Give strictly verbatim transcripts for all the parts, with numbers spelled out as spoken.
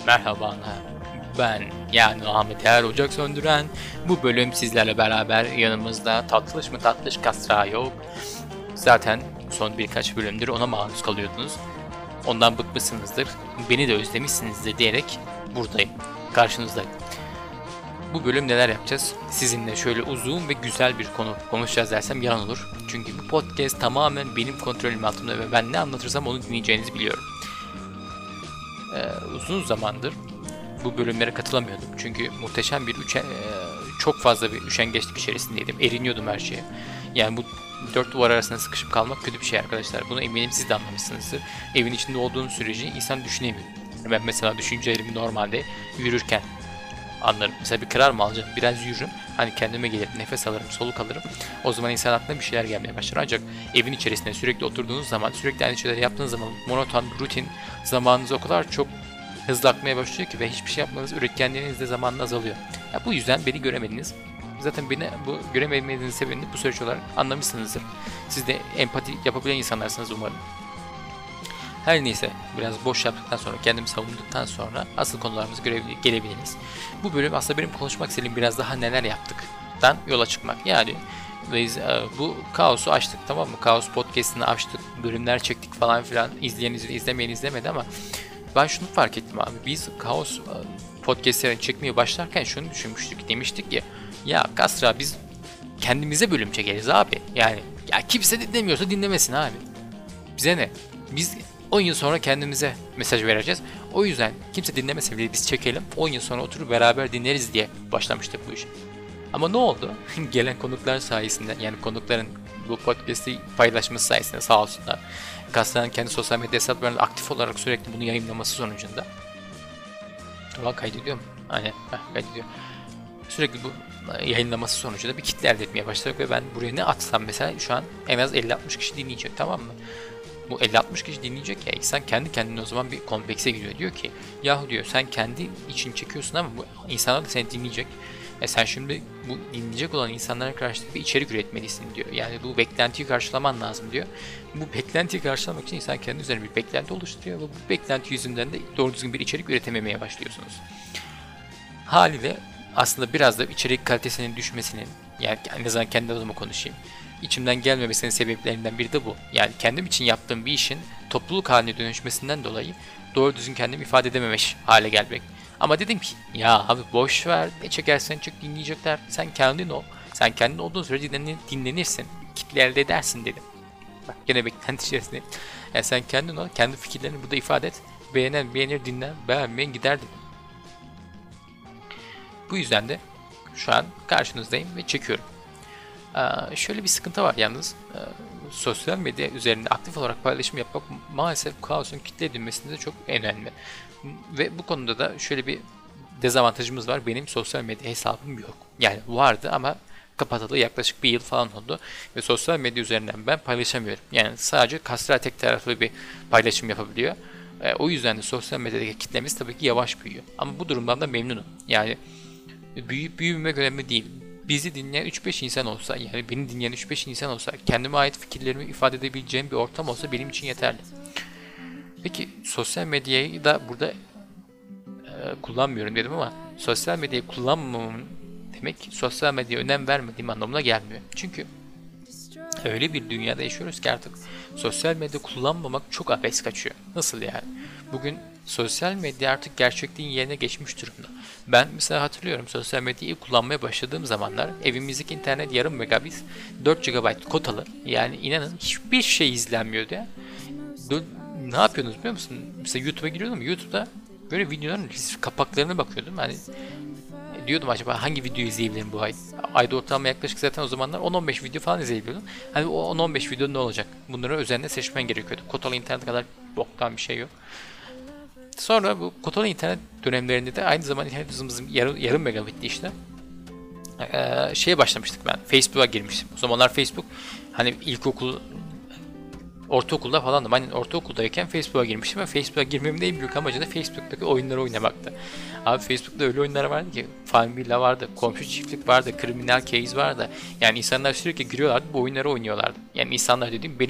Merhaba, ben yani Ahmet Er Ocak Söndüren. Bu bölüm sizlerle beraber yanımızda tatlış mı tatlış Kasra yok. Zaten son birkaç bölümdür ona maruz kalıyordunuz. Ondan bıkmışsınızdır, beni de özlemişsinizdir diyerek buradayım, karşınızdayım. Bu bölüm neler yapacağız? Sizinle şöyle uzun ve güzel bir konu konuşacağız dersem yalan olur. Çünkü bu podcast tamamen benim kontrolüm altında ve ben ne anlatırsam onu dinleyeceğinizi biliyorum. Ee, uzun zamandır bu bölümlere katılamıyordum. Çünkü muhteşem bir üçe, e, çok fazla bir üşengeçlik içerisindeydim. Eriniyordum her şeye. Yani bu dört duvar arasında sıkışıp kalmak kötü bir şey arkadaşlar. Bunu eminim siz de anlamışsınızdır. Evin içinde olduğun sürece insan düşünemiyor. Ben mesela düşüncelerimi normalde yürürken anlarım. Mesela bir karar mı alacağım? Biraz yürürüm. Hani kendime gelir, nefes alırım, soluk alırım. O zaman insan aklına bir şeyler gelmeye başlar. Ancak evin içerisinde sürekli oturduğunuz zaman, sürekli aynı şeyleri yaptığınız zaman monoton, rutin zamanınız o kadar çok hızlı akmaya başlıyor ki ve hiçbir şey yapmanız üretkenliğiniz de zamanla azalıyor. Ya bu yüzden beni göremediniz. Zaten beni bu göremediğinizin sebebini bu süreç olarak anlamışsınızdır. Siz de empati yapabilen insanlarsınız umarım. Her neyse, biraz boş yaptıktan sonra, kendimi savunduktan sonra asıl konularımıza göre gelebiliriz. Bu bölüm aslında benim konuşmak istediğim biraz daha neler yaptıktan yola çıkmak. Yani biz e, bu kaosu açtık, tamam mı? Kaos podcast'ını açtık, bölümler çektik falan filan. İzleyen izledi, izlemeyen izlemedi ama ben şunu fark ettim abi. Biz Kaos e, podcast'lerini çekmeye başlarken şunu düşünmüştük. Demiştik ki ya Kasra, biz kendimize bölüm çekeriz abi. Yani ya kimse dinlemiyorsa dinlemesin abi. Bize ne? Biz on yıl sonra kendimize mesaj vereceğiz. O yüzden kimse dinlemese bile biz çekelim. on yıl sonra oturup beraber dinleriz diye başlamıştık bu işe. Ama ne oldu? Gelen konuklar sayesinde, yani konukların bu podcast'i paylaşması sayesinde sağ olsunlar. Gazetenin kendi sosyal medya hesaplarında aktif olarak sürekli bunu yayınlaması sonucunda. Ulan kaydediyor mu? Aynen, heh, kaydediyor. Sürekli bu yayınlaması sonucunda bir kitle elde etmeye başladık ve ben buraya ne atsam mesela şu an en az elli altmış kişi dinleyecek, tamam mı? Bu elli altmış kişi dinleyecek ya, insan kendi kendine o zaman bir komplekse giriyor. Diyor ki yahu diyor, sen kendi için çekiyorsun ama bu insanlar da seni dinleyecek. E sen şimdi bu dinleyecek olan insanlara karşı bir içerik üretmelisin diyor. Yani bu beklentiyi karşılaman lazım diyor. Bu beklentiyi karşılamak için insan kendi üzerine bir beklenti oluşturuyor ve bu beklenti yüzünden de doğru düzgün bir içerik üretememeye başlıyorsunuz. Haliyle aslında biraz da içerik kalitesinin düşmesinin, yani en azından kendi adıma konuşayım, içimden gelmemesinin sebeplerinden biri de bu. Yani kendim için yaptığım bir işin topluluk haline dönüşmesinden dolayı doğru düzgün kendimi ifade edememiş hale gelmek. Ama dedim ki ya abi boş ver, ne çekersen çek, dinleyecekler, sen kendin ol. Sen kendin olduğun sürece dinlenirsin, kitle elde edersin dedim. Bak gene beklenti içerisinde. Yani sen kendin ol, kendi fikirlerini burada ifade et. Beğenen beğenir, dinler, beğenmeyen gider dedim. Bu yüzden de şu an karşınızdayım ve çekiyorum. Ee, şöyle bir sıkıntı var yalnız. Ee, sosyal medya üzerinde aktif olarak paylaşım yapmak maalesef kaosun kitle edinmesinde çok önemli. Ve bu konuda da şöyle bir dezavantajımız var. Benim sosyal medya hesabım yok. Yani vardı ama kapatalı yaklaşık bir yıl falan oldu. Ve sosyal medya üzerinden ben paylaşamıyorum. Yani sadece Kasra tek taraflı bir paylaşım yapabiliyor. Ee, o yüzden de sosyal medyadaki kitlemiz tabii ki yavaş büyüyor. Ama bu durumdan da memnunum. Yani büyüyüp büyümemek önemli değil. Bizi dinleyen üç beş insan olsa, yani beni dinleyen üç beş insan olsa, kendime ait fikirlerimi ifade edebileceğim bir ortam olsa benim için yeterli. Peki sosyal medyayı da burada e, kullanmıyorum dedim ama sosyal medyayı kullanmamamın demek sosyal medyaya önem vermediğim anlamına gelmiyor. Çünkü öyle bir dünyada yaşıyoruz ki artık sosyal medya kullanmamak çok abes kaçıyor. Nasıl yani? Bugün sosyal medya artık gerçekliğin yerine geçmiş durumda. Ben mesela hatırlıyorum, sosyal medyayı kullanmaya başladığım zamanlar evimizdeki internet yarım megabit, dört gigabayt kotalı. Yani inanın hiçbir şey izlenmiyordu ya. Ne yapıyordunuz biliyor musun? Mesela YouTube'a giriyordum. YouTube'da böyle videoların kapaklarına bakıyordum. Hani diyordum acaba hangi videoyu izleyebilirim bu ay? Ayda ortalama yaklaşık zaten o zamanlar on on beş video falan izleyebiliyordum. Hani o on on beş video ne olacak? Bunları özenle seçmen gerekiyordu. Kotalı internet kadar boktan bir şey yok. Sonra bu kotalı internet dönemlerinde de aynı zamanda internet hızımız yarım, yarım megabitti işte. Ee, şeye başlamıştık ben. Facebook'a girmiştim. O zamanlar Facebook hani ilkokul, ortaokulda falandım. Hani ortaokuldayken Facebook'a girmiştim ve Facebook'a girmemin en büyük amacı da Facebook'taki oyunları oynamaktı. Abi Facebook'ta öyle oyunlar vardı ki Farmville vardı, Komşu Çiftlik vardı, Criminal Case vardı. Yani insanlar sürekli giriyorlardı, bu oyunları oynuyorlardı. Yani insanlar dediğim benim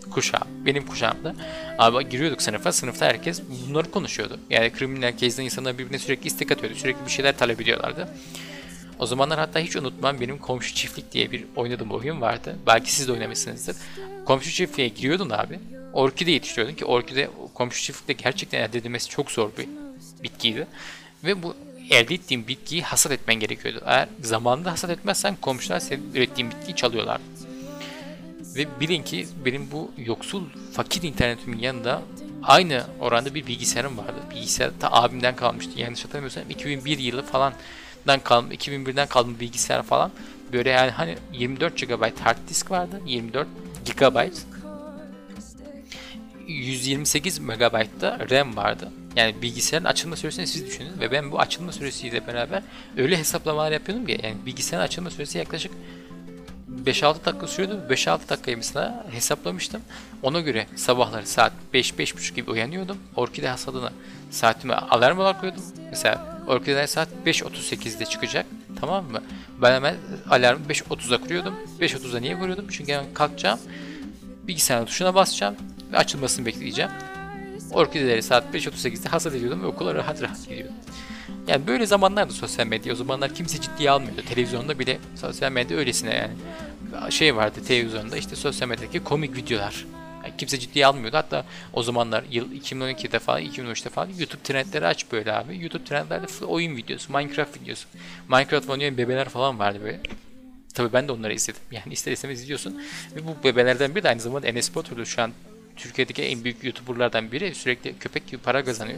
kuşağı, benim kuşağımda. Abi giriyorduk sınıfa, sınıfta herkes bunları konuşuyordu. Yani kriminal case'den insanlar birbirine sürekli istek atıyordu, sürekli bir şeyler talep ediyorlardı. O zamanlar hatta hiç unutmam, benim Komşu Çiftlik diye bir oynadığım oyun vardı. Belki siz de oynamışsınızdır. Komşu Çiftliğe giriyordun abi. Orkide yetiştiriyordun ki orkide Komşu Çiftlik'te gerçekten elde edilmesi çok zor bir bitkiydi. Ve bu elde ettiğin bitkiyi hasat etmen gerekiyordu. Eğer zamanında hasat etmezsen komşular senin ürettiğin bitkiyi çalıyorlar. Ve bilin ki benim bu yoksul, fakir internetimin yanında aynı oranda bir bilgisayarım vardı. Bilgisayar da abimden kalmıştı. Yanlış hatırlamıyorsam iki bin bir yılı falandan kalma, iki bin birden kalma bilgisayar falan. Böyle yani hani yirmi dört gigabayt hard disk vardı. yirmi dört gigabayt. yüz yirmi sekiz megabayt da RAM vardı. Yani bilgisayarın açılma süresini siz düşünün ve ben bu açılma süresiyle beraber öyle hesaplamalar yapıyordum ki yani bilgisayarın açılma süresi yaklaşık beş altı dakika sürüyordu. beş altı dakikayı mesela hesaplamıştım. Ona göre sabahları saat beş beş buçuk gibi uyanıyordum. Orkide hasadına saatime alarm olarak koyuyordum. Mesela orkideden saat beş otuz sekizde çıkacak. Tamam mı? Ben hemen alarmı beş otuza kuruyordum. beş otuza niye kuruyordum? Çünkü hemen kalkacağım. Bilgisayarın tuşuna basacağım ve açılmasını bekleyeceğim. Orkideleri saat beş otuz sekizde hasat ediyordum ve okula rahat rahat gidiyordum. Yani böyle zamanlarda sosyal medya, o zamanlar kimse ciddiye almıyordu. Televizyonda bile sosyal medya öylesine yani şey vardı televizyonda, işte sosyal medyadaki komik videolar. Yani kimse ciddiye almıyordu. Hatta o zamanlar yıl iki bin on ikide falan, iki bin on üçte falan YouTube trendleri aç böyle abi. YouTube trendlerde oyun videosu, Minecraft videosu. Minecraft oynayan bebeler falan vardı böyle. Tabii ben de onları izledim. Yani ister istemez izliyorsun. Ve bu bebelerden biri de aynı zamanda Enes Batur'du. Şu an Türkiye'deki en büyük YouTuber'lardan biri. Sürekli köpek gibi para kazanıyor.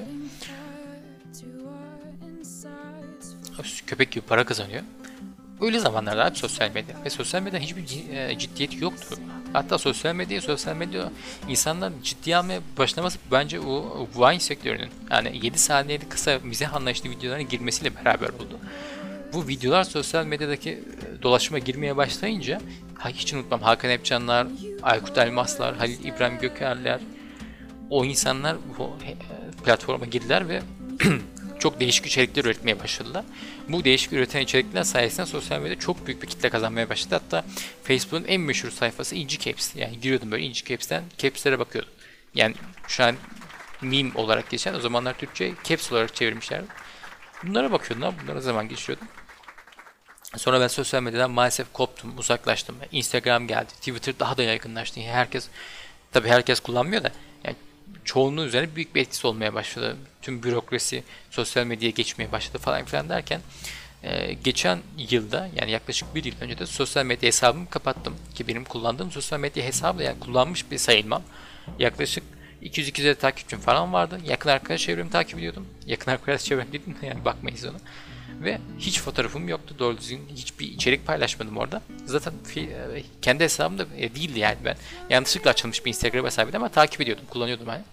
Köpek gibi para kazanıyor. Öyle zamanlarda abi sosyal medya. Ve sosyal medyanın hiçbir ciddiyeti yoktu. Hatta sosyal medya, sosyal medya insanlar ciddiye almaya başlaması bence o Vine sektörünün yani yedi saniyelik kısa mizah anlayışlı videoların girmesiyle beraber oldu. Bu videolar sosyal medyadaki dolaşıma girmeye başlayınca hiç unutmam Hakan Epcanlar, Aykut Elmaslar, Halil İbrahim Gökerler, o insanlar bu platforma girdiler ve çok değişik içerikler üretmeye başladılar. Bu değişik üreten içerikler sayesinde sosyal medyada çok büyük bir kitle kazanmaya başladı. Hatta Facebook'un en meşhur sayfası İnci Caps. Yani giriyordum böyle İnci Caps'ten caps'lere bakıyordum. Yani şu an meme olarak geçen, o zamanlar Türkçe caps olarak çevirmişlerdi. Bunlara bakıyordum, bunlara zaman geçiriyordum. Sonra ben sosyal medyadan maalesef koptum, uzaklaştım. Instagram geldi, Twitter daha da yaygınlaştı. Herkes, tabii herkes kullanmıyor da yani çoğunluğun üzerine büyük bir etkisi olmaya başladı. Tüm bürokrasi sosyal medyaya geçmeye başladı falan filan derken e, geçen yılda yani yaklaşık bir yıl önce de sosyal medya hesabımı kapattım. Ki benim kullandığım sosyal medya hesabı yani kullanmış bir sayılmam. Yaklaşık iki yüz iki yüz takipçim falan vardı. Yakın arkadaş çevremi takip ediyordum. Yakın arkadaş çevrem dedim yani bakmayız ona. Ve hiç fotoğrafım yoktu. Doğru düzgün hiçbir içerik paylaşmadım orada. Zaten kendi hesabım da değildi yani ben. Yanlışlıkla açılmış bir Instagram hesabıydı ama takip ediyordum, kullanıyordum hani.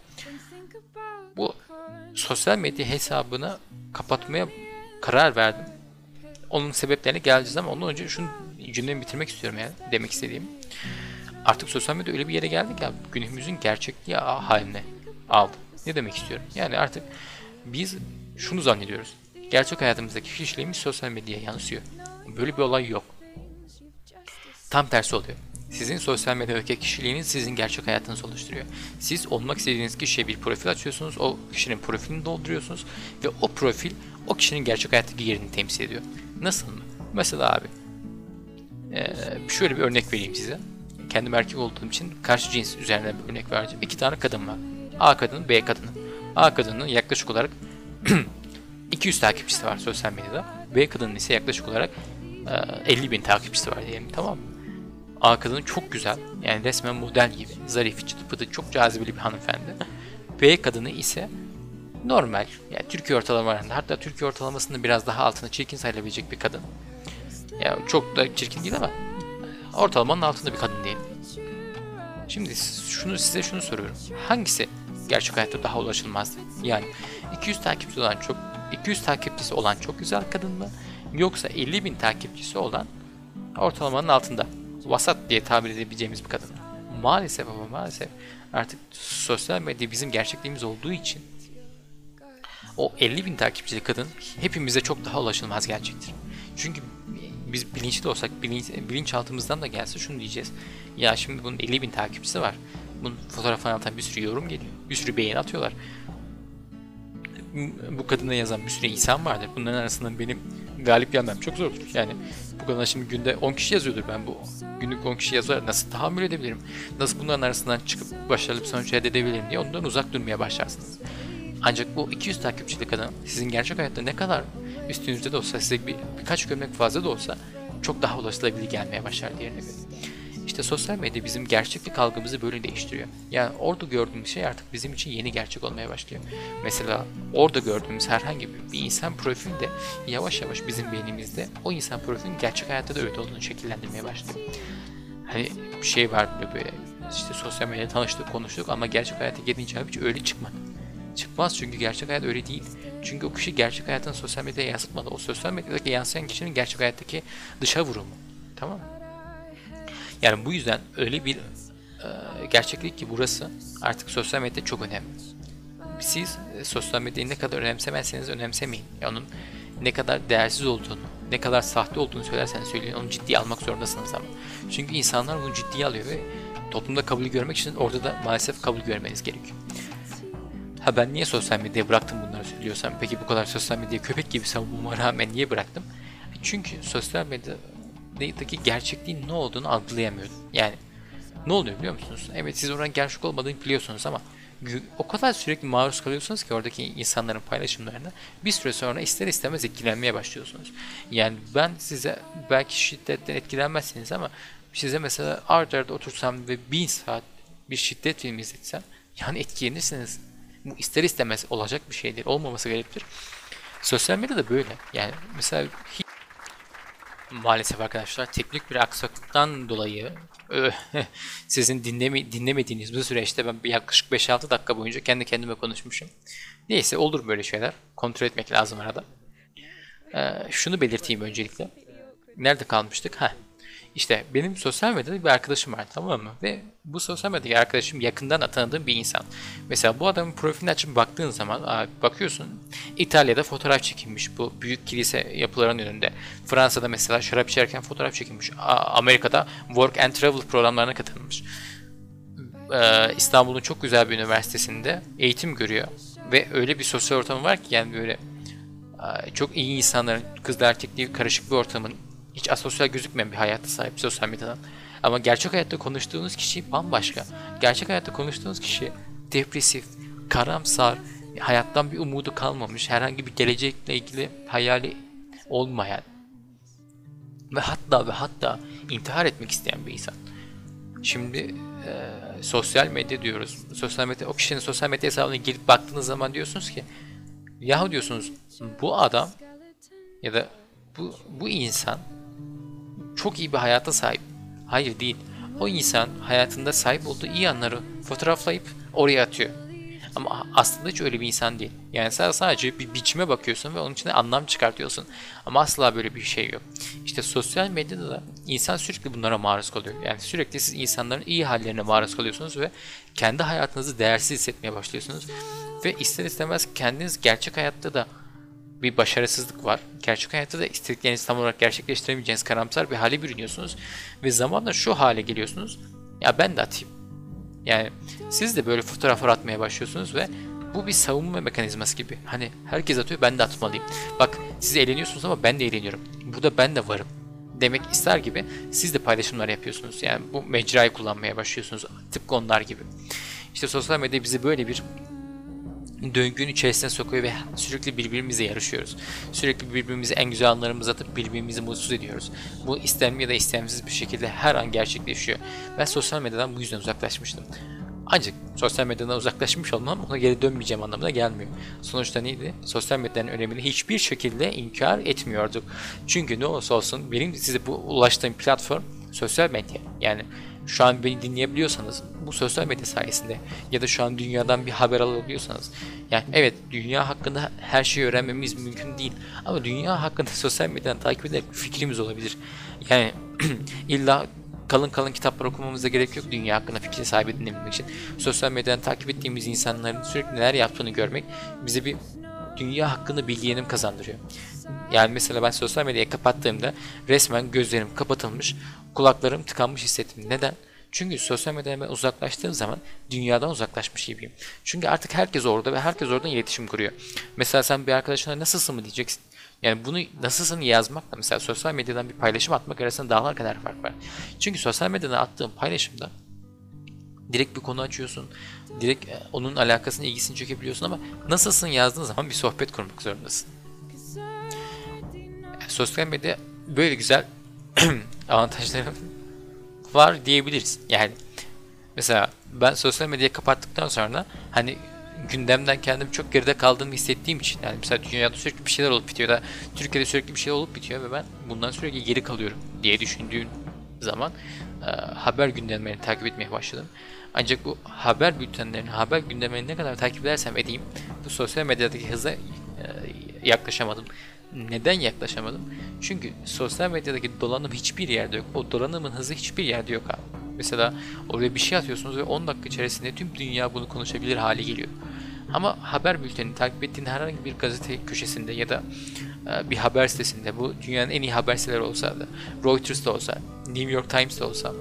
Bu sosyal medya hesabını kapatmaya karar verdim. Onun sebeplerine geleceğiz ama ondan önce şunu cümlemi bitirmek istiyorum yani demek istediğim. Artık sosyal medya öyle bir yere geldi ki günümüzün gerçekliği haline aldı. Ne demek istiyorum? Yani artık biz şunu zannediyoruz. Gerçek hayatımızdaki kişiliğimiz sosyal medyaya yansıyor. Böyle bir olay yok. Tam tersi oluyor. Sizin sosyal medyadaki kişiliğiniz sizin gerçek hayatınızı oluşturuyor. Siz olmak istediğiniz kişiye bir profil açıyorsunuz, o kişinin profilini dolduruyorsunuz ve o profil o kişinin gerçek hayattaki yerini temsil ediyor. Nasıl mı? Mesela abi, ee, şöyle bir örnek vereyim size. Kendim erkek olduğum için karşı cins üzerinden bir örnek vereceğim. İki tane kadın var. A kadını, B kadını. A kadının yaklaşık olarak iki yüz takipçisi var sosyal medyada. B kadının ise yaklaşık olarak elli bin takipçisi var diyelim, tamam mı? A kadını çok güzel, yani resmen model gibi, zarif, çıtı pıtı, çok cazibeli bir hanımefendi. B kadını ise normal, yani Türkiye ortalamalarında, hatta Türkiye ortalamasının biraz daha altında çirkin sayılabilecek bir kadın. Yani çok da çirkin değil ama ortalamanın altında bir kadın diyelim. Şimdi şunu size şunu soruyorum. Hangisi gerçek hayatta daha ulaşılmazdı? Yani iki yüz takipçisi olan çok iki yüz takipçisi olan çok güzel kadın mı? Yoksa elli bin takipçisi olan ortalamanın altında, vasat diye tabir edebileceğimiz bir kadın mı? Maalesef ama maalesef artık sosyal medya bizim gerçekliğimiz olduğu için o elli bin takipçili kadın hepimize çok daha ulaşılmaz gelecektir. Çünkü biz bilinçli olsak, bilinç, bilinçaltımızdan da gelse şunu diyeceğiz. Ya şimdi bunun elli bin takipçisi var. bunun fotoğrafını atan bir sürü yorum geliyor. Bir sürü beğeni atıyorlar. Bu kadına yazan bir sürü insan vardır. Bunların arasından benim galip gelmem çok zordur. Yani bu kadına şimdi günde on kişi yazıyordur. Ben bu günlük on kişi yazar nasıl tahammül edebilirim? Nasıl bunların arasından çıkıp başarılı bir sonuç elde edebilirim diye ondan uzak durmaya başlarsınız. Ancak bu iki yüz takipçili kadın sizin gerçek hayatta ne kadar üstünüzde de olsa, size bir, birkaç gömlek fazla da olsa çok daha ulaşılabilir gelmeye başlar diğerine göre. İşte sosyal medya bizim gerçeklik algımızı böyle değiştiriyor. Yani orada gördüğümüz şey artık bizim için yeni gerçek olmaya başlıyor. Mesela orada gördüğümüz herhangi bir insan profili de yavaş yavaş bizim beynimizde o insan profilinin gerçek hayatta da öyle olduğunu şekillendirmeye başlıyor. Hani bir şey var böyle, işte sosyal medyada tanıştık, konuştuk ama gerçek hayata gelince abi hiç öyle çıkmadı. Çıkmaz çünkü gerçek hayat öyle değil. Çünkü o kişi gerçek hayatını sosyal medyaya yansıtmadı. O sosyal medyadaki yansıyan kişinin gerçek hayattaki dışa vurumu. Tamam mı? Yani bu yüzden öyle bir e, gerçeklik ki burası artık sosyal medya çok önemli. Siz e, sosyal medyayı ne kadar önemsemezseniz önemsemeyin. Ya onun ne kadar değersiz olduğunu, ne kadar sahte olduğunu söylerseniz söyleyin, onu ciddiye almak zorundasınız ama. Çünkü insanlar bunu ciddiye alıyor ve toplumda kabul görmek için orada da maalesef kabul görmeniz gerekiyor. Ha ben niye sosyal medyaya bıraktım bunları söylüyorsam, peki bu kadar sosyal medyayı köpek gibi savunmama rağmen niye bıraktım? Çünkü sosyal medyadaki gerçekliğin ne olduğunu algılayamıyordum. Yani ne oluyor biliyor musunuz? Evet siz oranın gerçek olmadığını biliyorsunuz ama o kadar sürekli maruz kalıyorsunuz ki oradaki insanların paylaşımlarına bir süre sonra ister istemez etkilenmeye başlıyorsunuz. Yani ben size belki şiddetten etkilenmezsiniz ama size mesela art arda otursam ve bin saat bir şiddet filmi izletsem yani etkilenirsiniz. Bu ister istemez olacak bir şey değil. Olmaması gerekir. Sosyal medya da böyle. Yani mesela hiç... Maalesef arkadaşlar teknik bir aksaklıktan dolayı sizin dinleme, dinlemediğiniz bu süreçte ben yaklaşık beş altı dakika boyunca kendi kendime konuşmuşum. Neyse olur böyle şeyler. Kontrol etmek lazım arada. Ee, şunu belirteyim öncelikle. Nerede kalmıştık? Heh. İşte benim sosyal medyada bir arkadaşım var, tamam mı? Ve bu sosyal medyadaki arkadaşım yakından tanıdığım bir insan. Mesela bu adamın profilini açıp baktığın zaman bakıyorsun İtalya'da fotoğraf çekilmiş bu büyük kilise yapılarının önünde. Fransa'da mesela şarap içerken fotoğraf çekilmiş. Amerika'da work and travel programlarına katılmış. Ee, İstanbul'un çok güzel bir üniversitesinde eğitim görüyor. Ve öyle bir sosyal ortamı var ki yani böyle çok iyi insanların, kızla erkekli karışık bir ortamın, hiç asosyal gözükmeyen bir hayata sahip sosyal medyadan. Ama gerçek hayatta konuştuğunuz kişi bambaşka. Gerçek hayatta konuştuğunuz kişi depresif, karamsar, hayattan bir umudu kalmamış, herhangi bir gelecekle ilgili hayali olmayan ve hatta ve hatta intihar etmek isteyen bir insan. Şimdi e, sosyal medya diyoruz. Sosyal medya, o kişinin sosyal medya hesabına girip baktığınız zaman diyorsunuz ki yahu diyorsunuz bu adam ya da bu, bu insan çok iyi bir hayata sahip. Hayır değil. O insan hayatında sahip olduğu iyi anları fotoğraflayıp oraya atıyor. Ama aslında hiç öyle bir insan değil. Yani sen sadece bir biçime bakıyorsun ve onun içine anlam çıkartıyorsun. Ama asla böyle bir şey yok. İşte sosyal medyada da insan sürekli bunlara maruz kalıyor. Yani sürekli siz insanların iyi hallerine maruz kalıyorsunuz ve kendi hayatınızı değersiz hissetmeye başlıyorsunuz. Ve ister istemez kendiniz gerçek hayatta da bir başarısızlık var. Gerçek hayatta da istediklerinizi tam olarak gerçekleştiremeyeceğiniz karamsar bir hale bürünüyorsunuz. Ve zamanla şu hale geliyorsunuz. Ya ben de atayım. Yani siz de böyle fotoğraflar atmaya başlıyorsunuz ve bu bir savunma mekanizması gibi. Hani herkes atıyor ben de atmalıyım. Bak siz eğleniyorsunuz ama ben de eğleniyorum. Burada ben de varım demek ister gibi siz de paylaşımlar yapıyorsunuz. Yani bu mecrayı kullanmaya başlıyorsunuz. Tıpkı onlar gibi. İşte sosyal medya bizi böyle bir döngünün içerisine sokuyor ve sürekli birbirimizle yarışıyoruz. Sürekli birbirimize en güzel anlarımızı atıp birbirimizi mutsuz ediyoruz. Bu istenme ya da istemsiz bir şekilde her an gerçekleşiyor. Ben sosyal medyadan bu yüzden uzaklaşmıştım. Ancak sosyal medyadan uzaklaşmış olmam ona geri dönmeyeceğim anlamına gelmiyor. Sonuçta neydi? Sosyal medyanın önemini hiçbir şekilde inkar etmiyorduk. Çünkü ne olursa olsun benim size bu ulaştığım platform sosyal medya. Yani şu an beni dinleyebiliyorsanız bu sosyal medya sayesinde ya da şu an dünyadan bir haber alabiliyorsanız, yani evet dünya hakkında her şeyi öğrenmemiz mümkün değil ama dünya hakkında sosyal medyadan takip ederek bir fikrimiz olabilir. Yani illa kalın kalın kitaplar okumamıza gerek yok dünya hakkında fikri sahibi edinebilmek için. Sosyal medyadan takip ettiğimiz insanların sürekli neler yaptığını görmek bize bir dünya hakkında bilgi kazandırıyor. Yani mesela ben sosyal medyayı kapattığımda resmen gözlerim kapatılmış, kulaklarım tıkanmış hissettim. Neden? Çünkü sosyal medyadan ben uzaklaştığım zaman dünyadan uzaklaşmış gibiyim. Çünkü artık herkes orada ve herkes oradan iletişim kuruyor. Mesela sen bir arkadaşına nasılsın mı diyeceksin. Yani bunu nasılsın yazmakla mesela sosyal medyadan bir paylaşım atmak arasında dağlar kadar fark var. Çünkü sosyal medyadan attığın paylaşımda direkt bir konu açıyorsun. Direkt onun alakasını, ilgisini çekebiliyorsun ama nasılsın yazdığın zaman bir sohbet kurmak zorundasın. Yani sosyal medya böyle güzel avantajları var diyebiliriz. Yani mesela ben sosyal medyayı kapattıktan sonra hani gündemden kendim çok geride kaldığımı hissettiğim için yani mesela dünyada sürekli bir şeyler olup bitiyor da Türkiye'de sürekli bir şeyler olup bitiyor ve ben bundan sürekli geri kalıyorum diye düşündüğüm zaman e, haber gündemlerini takip etmeye başladım. Ancak bu haber bültenlerini, haber gündemlerini ne kadar takip edersem edeyim bu sosyal medyadaki hıza e, yaklaşamadım. Neden yaklaşamadım? Çünkü sosyal medyadaki dolanım hiçbir yerde yok. O dolanımın hızı hiçbir yerde yok abi. Mesela oraya bir şey atıyorsunuz ve on dakika içerisinde tüm dünya bunu konuşabilir hale geliyor. Ama haber bültenini takip ettiğin herhangi bir gazete köşesinde ya da e, bir haber sitesinde, bu dünyanın en iyi haber siteleri olsa da, Reuters'da olsa, New York Times'da olsa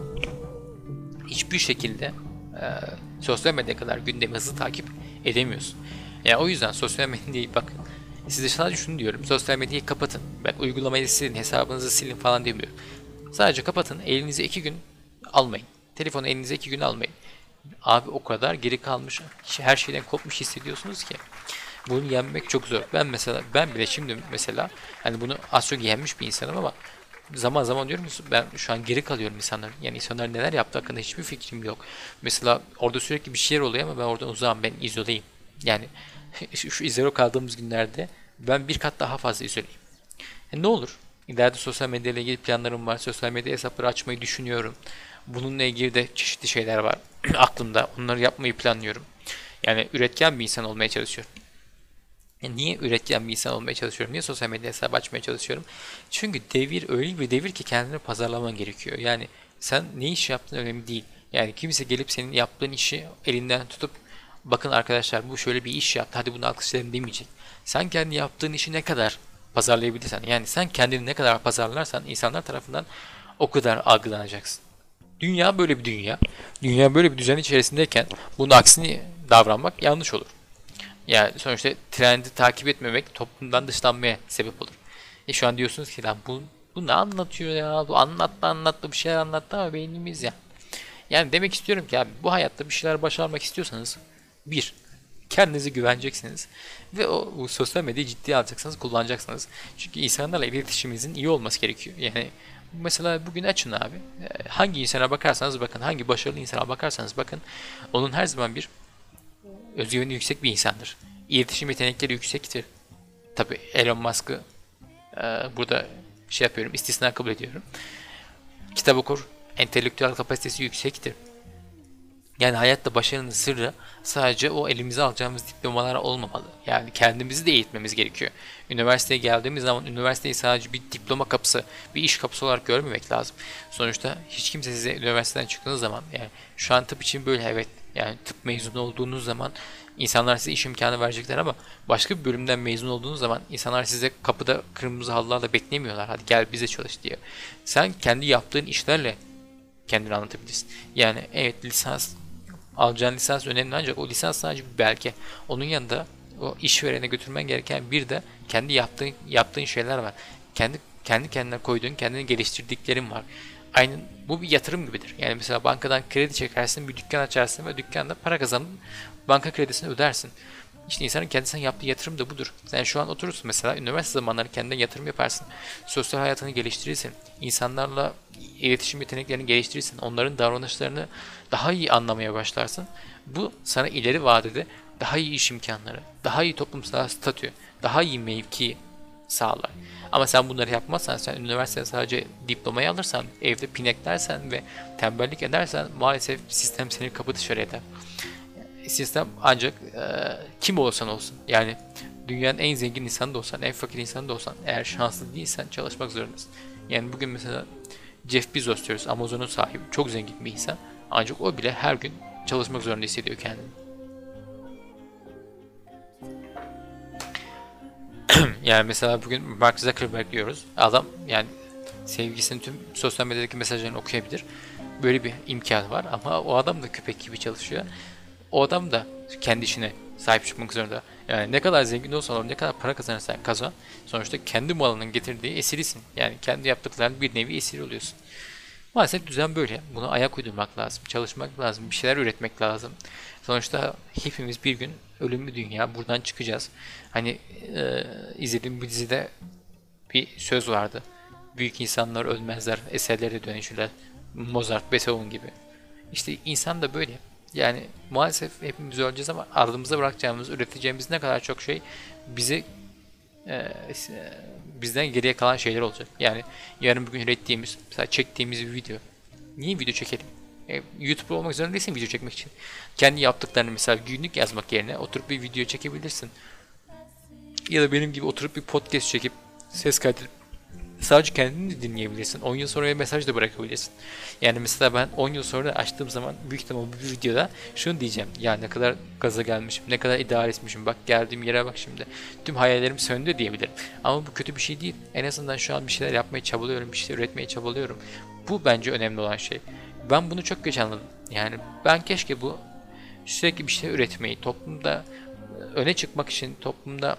hiçbir şekilde e, sosyal medya kadar gündemi hızlı takip edemiyorsun. Yani o yüzden sosyal medyayı bak, size sadece şunu diyorum, sosyal medyayı kapatın. Bak uygulamayı silin, hesabınızı silin falan demiyorum. Sadece kapatın, elinize iki gün almayın. Telefonu elinize iki gün almayın. Abi o kadar geri kalmış, her şeyden kopmuş hissediyorsunuz ki. Bunu yenmek çok zor. Ben mesela, ben bile şimdi mesela hani bunu az çok yenmiş bir insanım ama zaman zaman diyorum ki ben şu an geri kalıyorum insanların. Yani insanlar neler yaptı hakkında hiçbir fikrim yok. Mesela orada sürekli bir şeyler oluyor ama ben oradan uzağım, ben izoleyim. Yani şu, şu izole kaldığımız günlerde ben bir kat daha fazla izoleyim. E ne olur? İleride sosyal medya ile ilgili planlarım var. Sosyal medya hesapları açmayı düşünüyorum. Bununla ilgili de çeşitli şeyler var aklımda. Onları yapmayı planlıyorum. Yani üretken bir insan olmaya çalışıyorum. E niye üretken bir insan olmaya çalışıyorum? Niye sosyal medya hesabı açmaya çalışıyorum? Çünkü devir öyle bir devir ki kendini pazarlaman gerekiyor. Yani sen ne iş yaptığın önemli değil. Yani kimse gelip senin yaptığın işi elinden tutup bakın arkadaşlar bu şöyle bir iş yaptı, hadi bunu alkışlayalım demeyecek. Sen kendi yaptığın işi ne kadar pazarlayabilirsen, yani sen kendini ne kadar pazarlarsan insanlar tarafından o kadar algılanacaksın. Dünya böyle bir dünya. Dünya böyle bir düzen içerisindeyken bunun aksini davranmak yanlış olur. Yani sonuçta trendi takip etmemek toplumdan dışlanmaya sebep olur. E şu an diyorsunuz ki lan bu, bu ne anlatıyor ya? Bu anlattı anlattı bir şeyler anlattı ama beynimiz ya. Yani demek istiyorum ki abi bu hayatta bir şeyler başarmak istiyorsanız bir, kendinize güveneceksiniz ve o bu sosyal medyayı ciddiye alacaksınız, kullanacaksınız. Çünkü insanlarla iletişiminizin iyi olması gerekiyor. Yani mesela bugün açın abi. Hangi insana bakarsanız bakın, hangi başarılı insana bakarsanız bakın, onun her zaman bir özgüveni yüksek bir insandır. İletişim yetenekleri yüksektir. Tabi Elon Musk'ı e, burada şey yapıyorum, istisna kabul ediyorum. Kitap okur, entelektüel kapasitesi yüksektir. Yani hayatta başarının sırrı sadece o elimize alacağımız diplomalar olmamalı. Yani kendimizi de eğitmemiz gerekiyor. Üniversiteye geldiğimiz zaman üniversiteyi sadece bir diploma kapısı, bir iş kapısı olarak görmemek lazım. Sonuçta hiç kimse size üniversiteden çıktığınız zaman, yani şu an tıp için böyle, evet. Yani tıp mezunu olduğunuz zaman insanlar size iş imkanı verecekler ama başka bir bölümden mezun olduğunuz zaman insanlar size kapıda kırmızı halılarla beklemiyorlar. Hadi gel bize çalış diye. Sen kendi yaptığın işlerle kendini anlatabilirsin. Yani evet, lisans, alacağın lisans önemli ancak o lisans sadece bir belge. Onun yanında o işverene götürmen gereken bir de kendi yaptığın yaptığın şeyler var. Kendi kendi kendine koyduğun, kendini geliştirdiklerin var. Aynen, bu bir yatırım gibidir. Yani mesela bankadan kredi çekersin, bir dükkan açarsın ve dükkanda para kazanıp banka kredisini ödersin. İşte insanın kendisine yaptığı yatırım da budur. Sen şu an oturursun mesela, üniversite zamanları kendine yatırım yaparsın. Sosyal hayatını geliştirirsin. İnsanlarla iletişim yeteneklerini geliştirirsin. Onların davranışlarını daha iyi anlamaya başlarsın. Bu sana ileri vadede daha iyi iş imkanları, daha iyi toplumsal statü, daha iyi mevki sağlar. Ama sen bunları yapmazsan, sen üniversitede sadece diplomayı alırsan, evde pineklersen ve tembellik edersen maalesef sistem seni kapı dışarı eder. Sistem ancak e, kim olursan olsun, yani dünyanın en zengin insanı da olsan, en fakir insanı da olsan, eğer şanslı değilsen çalışmak zorundasın. Yani bugün mesela Jeff Bezos diyoruz, Amazon'un sahibi, çok zengin bir insan, ancak o bile her gün çalışmak zorunda hissediyor kendini. Yani mesela bugün Mark Zuckerberg diyoruz, adam yani sevgisinin tüm sosyal medyadaki mesajlarını okuyabilir böyle bir imkan var ama o adam da köpek gibi çalışıyor. O adam da kendi işine sahip çıkmak zorunda. Yani ne kadar zengin olsan ol, ne kadar para kazanırsan kazan, sonuçta kendi malının getirdiği esirisin. Yani kendi yaptıklarının bir nevi esir oluyorsun. Maalesef düzen böyle. Buna ayak uydurmak lazım, çalışmak lazım, bir şeyler üretmek lazım. Sonuçta hepimiz bir gün ölümlü dünya, buradan çıkacağız. Hani e, izlediğim bir dizide bir söz vardı. Büyük insanlar ölmezler, eserlere dönüşürler. Mozart, Beethoven gibi. İşte insan da böyle. Yani maalesef hepimiz öleceğiz ama ardımıza bırakacağımız, üreteceğimiz ne kadar çok şey bizi e, bizden geriye kalan şeyler olacak. Yani yarın bugün ürettiğimiz, mesela çektiğimiz bir video. Niye video çekelim? E, YouTuber olmak zorunda değilsin video çekmek için. Kendi yaptıklarını mesela günlük yazmak yerine oturup bir video çekebilirsin. Ya da benim gibi oturup bir podcast çekip ses kaydedip sadece kendini de dinleyebilirsin. on yıl sonraya mesaj da bırakabilirsin. Yani mesela ben on yıl sonra açtığım zaman büyük ihtimalle bu videoda şunu diyeceğim. Ya ne kadar gaza gelmişim, ne kadar idealistmişim. Bak geldiğim yere bak şimdi. Tüm hayallerim söndü diyebilirim. Ama bu kötü bir şey değil. En azından şu an bir şeyler yapmaya çabalıyorum, bir şeyler üretmeye çabalıyorum. Bu bence önemli olan şey. Ben bunu çok geç anladım. Yani ben keşke bu sürekli bir şey üretmeyi, toplumda öne çıkmak için, toplumda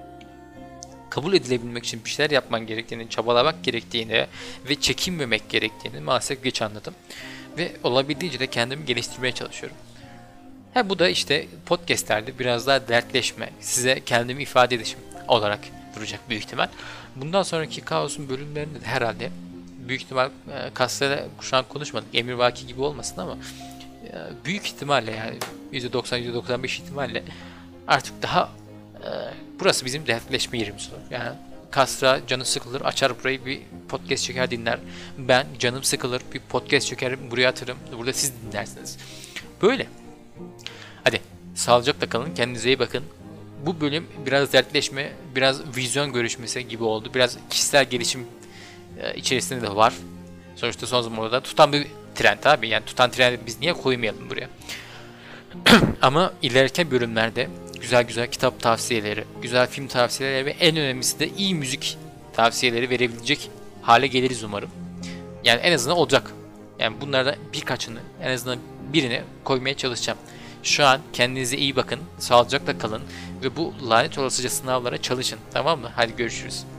kabul edilebilmek için bir şeyler yapman gerektiğini, çabalamak gerektiğini ve çekinmemek gerektiğini maalesef geç anladım. Ve olabildiğince de kendimi geliştirmeye çalışıyorum. Ha, bu da işte podcastlerde biraz daha dertleşme, size kendimi ifade edişim olarak duracak büyük ihtimal. Bundan sonraki Kaos'un bölümlerinde de herhalde büyük ihtimal e, Kastel'e şu an konuşmadık, emrivaki gibi olmasın ama e, büyük ihtimalle yani yüzde doksan yüzde doksan beş ihtimalle artık daha e, burası bizim dertleşme yerimiz olur. Yani Kastra canı sıkılır, açar burayı bir podcast çeker dinler. Ben canım sıkılır, bir podcast çekerim, buraya atarım. Burada siz dinlersiniz. Böyle. Hadi sağlıcakla kalın, kendinize iyi bakın. Bu bölüm biraz dertleşme, biraz vizyon görüşmesi gibi oldu. Biraz kişisel gelişim e, içerisinde de var. Sonuçta son zamanlarda tutan bir trend abi. Yani tutan trendi biz niye koymayalım buraya? Ama ileriki bölümlerde güzel güzel kitap tavsiyeleri, güzel film tavsiyeleri ve en önemlisi de iyi müzik tavsiyeleri verebilecek hale geliriz umarım. Yani en azından olacak. Yani bunlardan birkaçını, en azından birini koymaya çalışacağım. Şu an kendinize iyi bakın, sağlıcakla kalın ve bu lanet olasıca sınavlara çalışın. Tamam mı? Hadi görüşürüz.